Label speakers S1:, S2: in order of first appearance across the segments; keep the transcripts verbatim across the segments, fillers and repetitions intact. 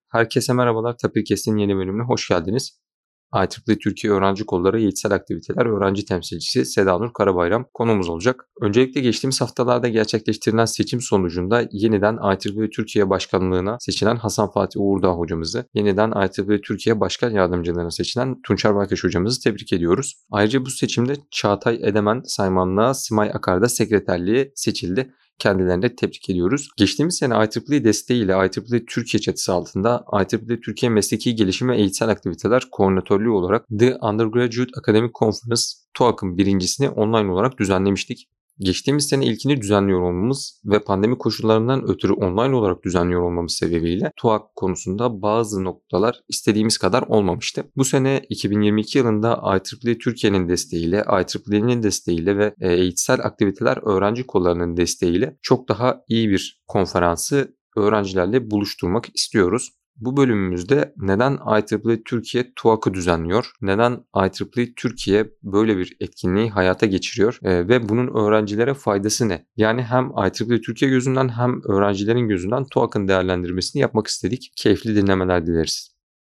S1: Herkese merhabalar. Tapirkes'in yeni bölümüne hoş geldiniz. I E E E Türkiye Öğrenci Kolları Eğitsel Aktiviteler Öğrenci Temsilcisi Sedanur Karabayram konuğumuz olacak. Öncelikle geçtiğimiz haftalarda gerçekleştirilen seçim sonucunda yeniden I E E E Türkiye Başkanlığına seçilen Hasan Fatih Uğurdağ hocamızı, yeniden I E E E Türkiye Başkan Yardımcılığına seçilen Tunçer Baykaş hocamızı tebrik ediyoruz. Ayrıca bu seçimde Çağatay Edemen Saymanlığa, Simay Akar da sekreterliğe seçildi. Kendilerini de tebrik ediyoruz. Geçtiğimiz sene I E E E desteğiyle I E E E Türkiye çatısı altında I E E E Türkiye Mesleki Gelişim ve Eğitsel Aktiviteler Koordinatörlüğü olarak The Undergraduate Academic Conference TUAK'ın birincisini online olarak düzenlemiştik. Geçtiğimiz sene ilkini düzenliyor olmamız ve pandemi koşullarından ötürü online olarak düzenliyor olmamız sebebiyle TUAK konusunda bazı noktalar istediğimiz kadar olmamıştı. Bu sene iki bin yirmi iki yılında I E E E Türkiye'nin desteğiyle, I E E E'nin desteğiyle ve eğitsel aktiviteler öğrenci kollarının desteğiyle çok daha iyi bir konferansı öğrencilerle buluşturmak istiyoruz. Bu bölümümüzde neden I E E E Türkiye TUAK'ı düzenliyor? Neden I E E E Türkiye böyle bir etkinliği hayata geçiriyor? E, ve bunun öğrencilere faydası ne? Yani hem I E E E Türkiye gözünden hem öğrencilerin gözünden TUAK'ın değerlendirmesini yapmak istedik. Keyifli dinlemeler dileriz.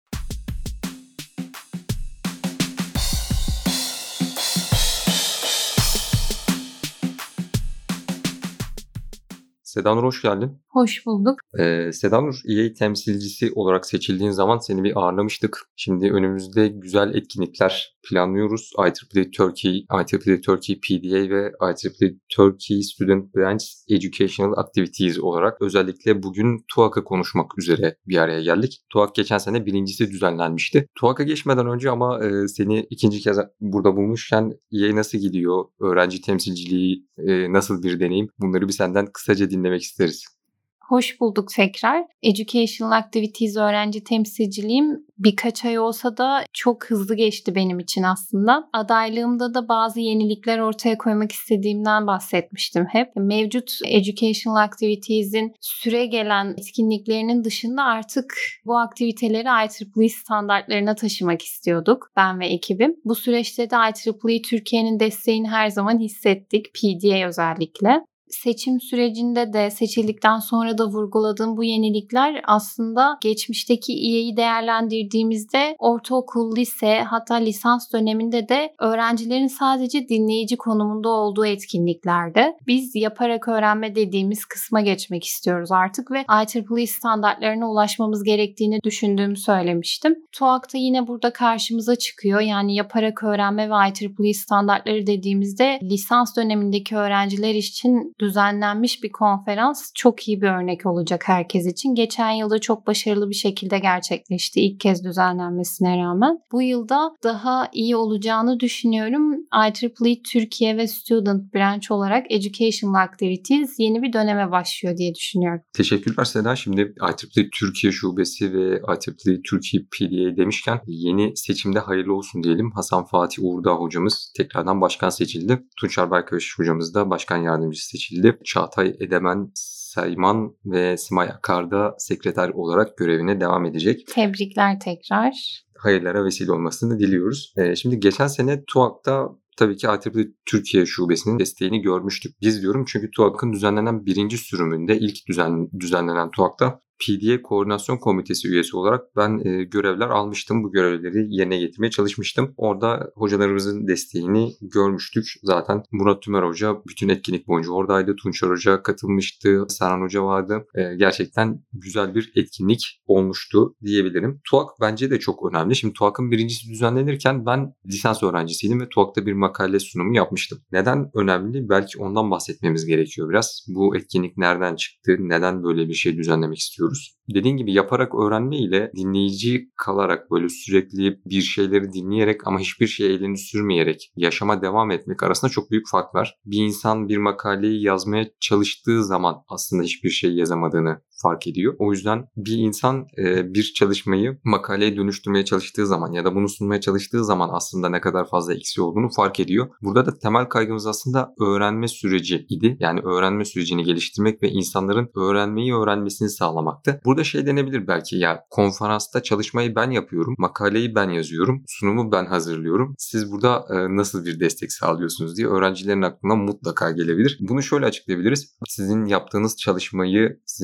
S1: Sedanur hoş geldin.
S2: Hoş bulduk.
S1: Ee, Sedanur, E A temsilcisi olarak seçildiğin zaman seni bir ağırlamıştık. Şimdi önümüzde güzel etkinlikler planlıyoruz. I E E E Turkey, I E E E Turkey P D A ve I E E E Turkey Student Branch Educational Activities olarak özellikle bugün TUAK'ı konuşmak üzere bir araya geldik. TUAK geçen sene birincisi düzenlenmişti. TUAK'a geçmeden önce ama e, seni ikinci kez burada bulmuşken E A nasıl gidiyor? Öğrenci temsilciliği e, nasıl bir deneyim? Bunları bir senden kısaca dinlemek isteriz.
S2: Hoş bulduk tekrar. Educational Activities öğrenci temsilciliğim birkaç ay olsa da çok hızlı geçti benim için aslında. Adaylığımda da bazı yenilikler ortaya koymak istediğimden bahsetmiştim hep. Mevcut Educational Activities'in süre gelen etkinliklerinin dışında artık bu aktiviteleri I E E E standartlarına taşımak istiyorduk ben ve ekibim. Bu süreçte de I E E E Türkiye'nin desteğini her zaman hissettik. P D A özellikle. Seçim sürecinde de seçildikten sonra da vurguladığım bu yenilikler aslında geçmişteki E A'yı değerlendirdiğimizde ortaokul, lise hatta lisans döneminde de öğrencilerin sadece dinleyici konumunda olduğu etkinliklerde biz yaparak öğrenme dediğimiz kısma geçmek istiyoruz artık ve I E E E standartlarına ulaşmamız gerektiğini düşündüğümü söylemiştim. TUAK da yine burada karşımıza çıkıyor. Yani yaparak öğrenme ve I E E E standartları dediğimizde lisans dönemindeki öğrenciler için düzenlenmiş bir konferans çok iyi bir örnek olacak herkes için. Geçen yılda çok başarılı bir şekilde gerçekleşti ilk kez düzenlenmesine rağmen. Bu yılda daha iyi olacağını düşünüyorum. I E E E Türkiye ve Student Branch olarak Educational Activities yeni bir döneme başlıyor diye düşünüyorum.
S1: Teşekkürler Seda. Şimdi I E E E Türkiye Şubesi ve I E E E Türkiye P D A demişken yeni seçimde hayırlı olsun diyelim. Hasan Fatih Uğurdağ hocamız tekrardan başkan seçildi. Tunçer Baykaş hocamız da başkan yardımcısı seçildi. Çağatay Edemen Sayman ve Simay Akar da sekreter olarak görevine devam edecek.
S2: Tebrikler tekrar.
S1: Hayırlara vesile olmasını diliyoruz. Ee, şimdi geçen sene TUAK'ta tabii ki I E E E Türkiye Şubesi'nin desteğini görmüştük. Biz diyorum çünkü TUAK'ın düzenlenen birinci sürümünde ilk düzen, düzenlenen TUAK'ta P D A Koordinasyon Komitesi üyesi olarak ben e, görevler almıştım. Bu görevleri yerine getirmeye çalışmıştım. Orada hocalarımızın desteğini görmüştük. Zaten Murat Tümer Hoca bütün etkinlik boyunca oradaydı. Tunçer Hoca katılmıştı. Serhan Hoca vardı. E, gerçekten güzel bir etkinlik olmuştu diyebilirim. TUAK bence de çok önemli. Şimdi TUAK'ın birincisi düzenlenirken ben lisans öğrencisiydim ve TUAK'ta bir makale sunumu yapmıştım. Neden önemli? Belki ondan bahsetmemiz gerekiyor biraz. Bu etkinlik nereden çıktı? Neden böyle bir şey düzenlemek istiyoruz? Dediğin gibi yaparak öğrenme ile dinleyici kalarak böyle sürekli bir şeyleri dinleyerek ama hiçbir şeye elini sürmeyerek yaşama devam etmek arasında çok büyük fark var. Bir insan bir makaleyi yazmaya çalıştığı zaman aslında hiçbir şey yazamadığını fark ediyor. O yüzden bir insan e, bir çalışmayı makaleye dönüştürmeye çalıştığı zaman ya da bunu sunmaya çalıştığı zaman aslında ne kadar fazla eksiği olduğunu fark ediyor. Burada da temel kaygımız aslında öğrenme süreci idi. Yani öğrenme sürecini geliştirmek ve insanların öğrenmeyi öğrenmesini sağlamaktı. Burada şey denebilir belki, ya konferansta çalışmayı ben yapıyorum, makaleyi ben yazıyorum, sunumu ben hazırlıyorum. Siz burada e, nasıl bir destek sağlıyorsunuz diye öğrencilerin aklına mutlaka gelebilir. Bunu şöyle açıklayabiliriz. Sizin yaptığınız çalışmayı, sizin yaptığınız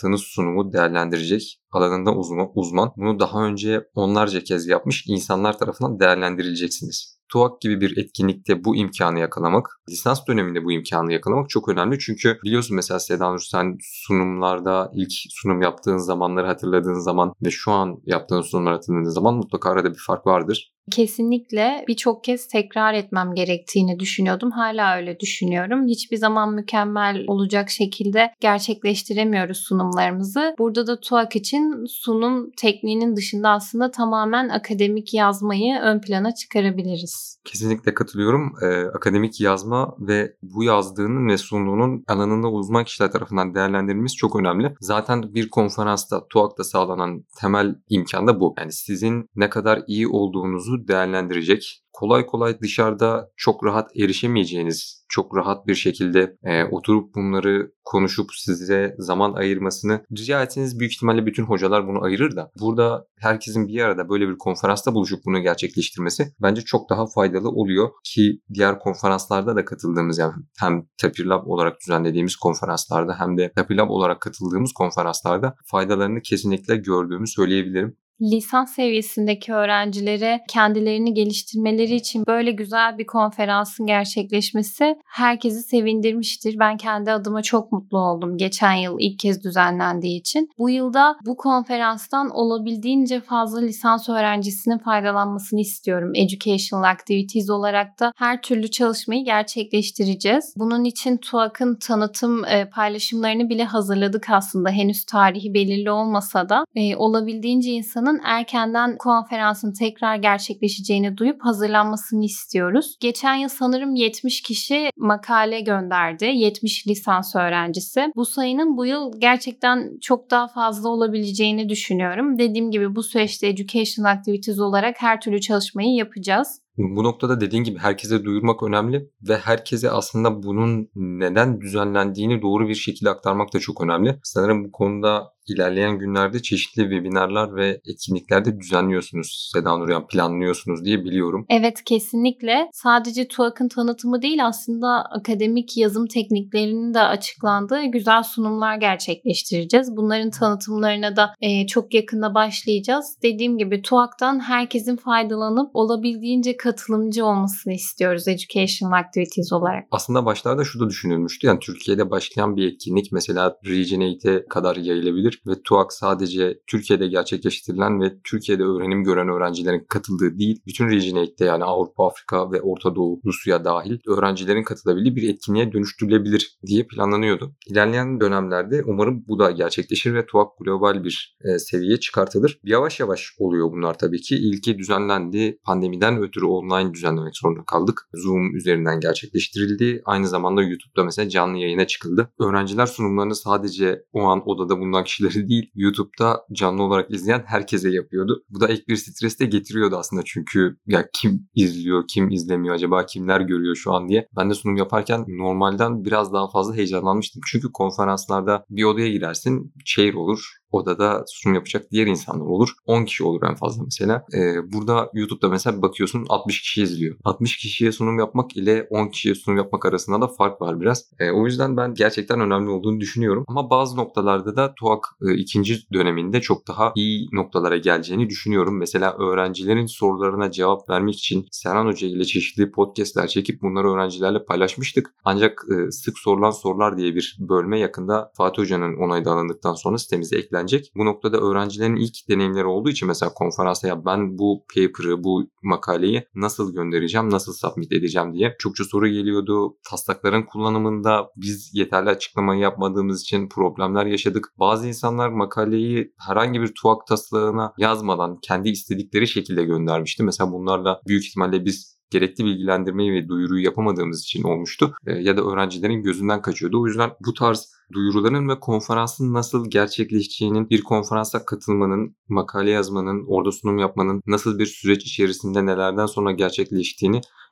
S1: yaptığınız sunumu değerlendirecek alanında uzman. Bunu daha önce onlarca kez yapmış insanlar tarafından değerlendirileceksiniz. TUAK gibi bir etkinlikte bu imkanı yakalamak, lisans döneminde bu imkanı yakalamak çok önemli. Çünkü biliyorsun mesela Seda Nur, sen sunumlarda ilk sunum yaptığın zamanları hatırladığın zaman ve şu an yaptığın sunumları hatırladığın zaman mutlaka arada bir fark vardır.
S2: Kesinlikle birçok kez tekrar etmem gerektiğini düşünüyordum. Hala öyle düşünüyorum. Hiçbir zaman mükemmel olacak şekilde gerçekleştiremiyoruz sunumlarımızı. Burada da TUAK için sunum tekniğinin dışında aslında tamamen akademik yazmayı ön plana çıkarabiliriz.
S1: Kesinlikle katılıyorum. Ee, akademik yazma ve bu yazdığının ve sunduğunun alanında uzman kişiler tarafından değerlendirilmesi çok önemli. Zaten bir konferansta TUAK'ta sağlanan temel imkan da bu. Yani sizin ne kadar iyi olduğunuzu değerlendirecek, kolay kolay dışarıda çok rahat erişemeyeceğiniz, çok rahat bir şekilde e, oturup bunları konuşup size zaman ayırmasını rica etseniz büyük ihtimalle bütün hocalar bunu ayırır da burada herkesin bir arada böyle bir konferansta buluşup bunu gerçekleştirmesi bence çok daha faydalı oluyor ki diğer konferanslarda da katıldığımız, yani hem Tapir Lab olarak düzenlediğimiz konferanslarda hem de Tapir Lab olarak katıldığımız konferanslarda faydalarını kesinlikle gördüğümü söyleyebilirim.
S2: Lisans seviyesindeki öğrencilere kendilerini geliştirmeleri için böyle güzel bir konferansın gerçekleşmesi herkesi sevindirmiştir. Ben kendi adıma çok mutlu oldum geçen yıl ilk kez düzenlendiği için. Bu yılda bu konferanstan olabildiğince fazla lisans öğrencisinin faydalanmasını istiyorum. Educational Activities olarak da her türlü çalışmayı gerçekleştireceğiz. Bunun için TUAK'ın tanıtım paylaşımlarını bile hazırladık aslında. Henüz tarihi belirli olmasa da olabildiğince insanın erkenden konferansın tekrar gerçekleşeceğini duyup hazırlanmasını istiyoruz. Geçen yıl sanırım yetmiş kişi makale gönderdi. yetmiş lisans öğrencisi. Bu sayının bu yıl gerçekten çok daha fazla olabileceğini düşünüyorum. Dediğim gibi bu süreçte Educational Activities olarak her türlü çalışmayı yapacağız.
S1: Bu noktada dediğin gibi herkese duyurmak önemli ve herkese aslında bunun neden düzenlendiğini doğru bir şekilde aktarmak da çok önemli. Sanırım bu konuda ilerleyen günlerde çeşitli webinarlar ve etkinlikler de düzenliyorsunuz Seda Nur, yani planlıyorsunuz diye biliyorum.
S2: Evet, kesinlikle. Sadece TUAK'ın tanıtımı değil, aslında akademik yazım tekniklerinin de açıklandığı güzel sunumlar gerçekleştireceğiz. Bunların tanıtımlarına da e, çok yakında başlayacağız. Dediğim gibi TUAK'tan herkesin faydalanıp olabildiğince katılımcı olmasını istiyoruz Educational Activities olarak.
S1: Aslında başlarda şu da düşünülmüştü. Yani Türkiye'de başlayan bir etkinlik mesela Region eight'e kadar yayılabilir ve TUAK sadece Türkiye'de gerçekleştirilen ve Türkiye'de öğrenim gören öğrencilerin katıldığı değil, bütün Region eight'te yani Avrupa, Afrika ve Orta Doğu, Rusya dahil öğrencilerin katılabildiği bir etkinliğe dönüştürülebilir diye planlanıyordu. İlerleyen dönemlerde umarım bu da gerçekleşir ve TUAK global bir e, seviyeye çıkartılır. Yavaş yavaş oluyor bunlar tabii ki. İlki düzenlendi. Pandemiden ötürü online düzenlemek zorunda kaldık. Zoom üzerinden gerçekleştirildi. Aynı zamanda YouTube'da mesela canlı yayına çıkıldı. Öğrenciler sunumlarını sadece o an odada bulunan kişileri değil, YouTube'da canlı olarak izleyen herkese yapıyordu. Bu da ek bir stres de getiriyordu aslında, çünkü ya kim izliyor, kim izlemiyor, acaba kimler görüyor şu an diye. Ben de sunum yaparken normalden biraz daha fazla heyecanlanmıştım. Çünkü konferanslarda bir odaya girersin, chair olur. Odada sunum yapacak diğer insanlar olur. on kişi olur en fazla mesela. Ee, burada YouTube'da mesela bakıyorsun altmış kişi izliyor. altmış kişiye sunum yapmak ile on kişiye sunum yapmak arasında da fark var biraz. Ee, o yüzden ben gerçekten önemli olduğunu düşünüyorum. Ama bazı noktalarda da TUAK e, ikinci döneminde çok daha iyi noktalara geleceğini düşünüyorum. Mesela öğrencilerin sorularına cevap vermek için Serhan Hoca ile çeşitli podcastler çekip bunları öğrencilerle paylaşmıştık. Ancak e, sık sorulan sorular diye bir bölme yakında Fatih Hoca'nın onayı da alındıktan sonra sitemize eklenecek. Bu noktada öğrencilerin ilk deneyimleri olduğu için mesela konferansta ya ben bu paper'ı, bu makaleyi nasıl göndereceğim, nasıl submit edeceğim diye çokça soru geliyordu. Taslakların kullanımında biz yeterli açıklamayı yapmadığımız için problemler yaşadık. Bazı insanlar makaleyi herhangi bir TUAK taslağına yazmadan kendi istedikleri şekilde göndermişti. Mesela bunlarla büyük ihtimalle biz gerekli bilgilendirmeyi ve duyuruyu yapamadığımız için olmuştu. E, ya da öğrencilerin gözünden kaçıyordu. O yüzden bu tarz duyuruların ve konferansın nasıl gerçekleşeceğinin, bir konferansa katılmanın, makale yazmanın, orada sunum yapmanın nasıl bir süreç içerisinde nelerden sonra gerçekleştiğini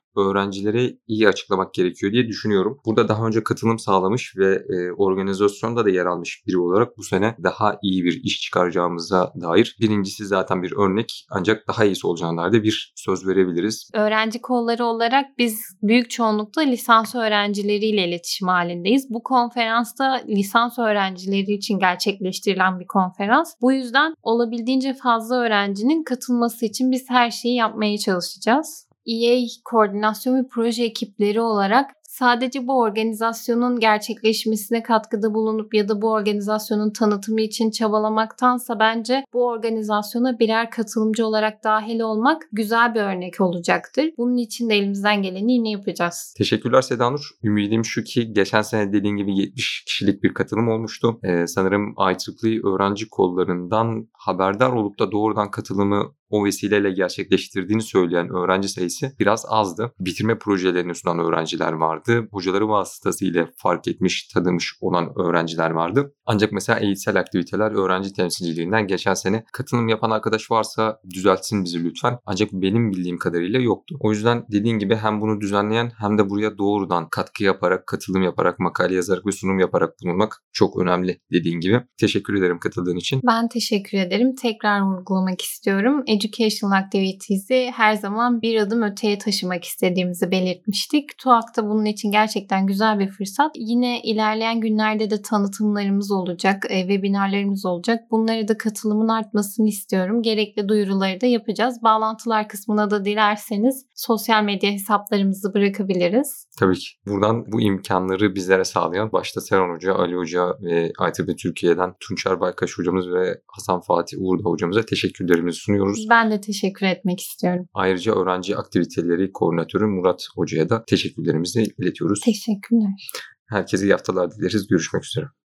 S1: öğrencilere iyi açıklamak gerekiyor diye düşünüyorum. Burada daha önce katılım sağlamış ve e, organizasyonda da yer almış biri olarak bu sene daha iyi bir iş çıkaracağımıza dair birincisi zaten bir örnek, ancak daha iyisi olacağına dair de bir söz verebiliriz.
S2: Öğrenci kolları olarak biz büyük çoğunlukla lisans öğrencileriyle iletişim halindeyiz. Bu konferansta lisans öğrencileri için gerçekleştirilen bir konferans. Bu yüzden olabildiğince fazla öğrencinin katılması için biz her şeyi yapmaya çalışacağız. E A koordinasyon ve proje ekipleri olarak sadece bu organizasyonun gerçekleşmesine katkıda bulunup ya da bu organizasyonun tanıtımı için çabalamaktansa bence bu organizasyona birer katılımcı olarak dahil olmak güzel bir örnek olacaktır. Bunun için de elimizden geleni yine yapacağız.
S1: Teşekkürler Sedanur. Ümidim şu ki geçen sene dediğin gibi yetmiş kişilik bir katılım olmuştu. Ee, sanırım I E E E öğrenci kollarından haberdar olup da doğrudan katılımı o vesileyle gerçekleştirdiğini söyleyen öğrenci sayısı biraz azdı. Bitirme projelerini sunan öğrenciler vardı. Hocaları vasıtasıyla fark etmiş, tanımış olan öğrenciler vardı. Ancak mesela eğitsel aktiviteler öğrenci temsilciliğinden geçen sene katılım yapan arkadaş varsa düzeltsin bizi lütfen. Ancak benim bildiğim kadarıyla yoktu. O yüzden dediğin gibi hem bunu düzenleyen hem de buraya doğrudan katkı yaparak, katılım yaparak, makale yazarak ve sunum yaparak bulunmak çok önemli dediğin gibi. Teşekkür ederim katıldığın için.
S2: Ben teşekkür ederim. Tekrar vurgulamak istiyorum. Educational Activities'i her zaman bir adım öteye taşımak istediğimizi belirtmiştik. TUAK'ta bunun için gerçekten güzel bir fırsat. Yine ilerleyen günlerde de tanıtımlarımız olacak, e, webinarlarımız olacak. Bunlara da katılımın artmasını istiyorum. Gerekli duyuruları da yapacağız. Bağlantılar kısmına da dilerseniz sosyal medya hesaplarımızı bırakabiliriz.
S1: Tabii ki. Buradan bu imkanları bizlere sağlayan başta Serhan Hoca, Ali Hoca ve I E E E Türkiye'den Tunçer Baykaş hocamız ve Hasan Fatih Uğurda hocamıza teşekkürlerimizi sunuyoruz.
S2: Ben de teşekkür etmek istiyorum.
S1: Ayrıca öğrenci aktiviteleri koordinatörü Murat Hoca'ya da teşekkürlerimizi iletiyoruz.
S2: Teşekkürler.
S1: Herkese iyi haftalar dileriz. Görüşmek üzere.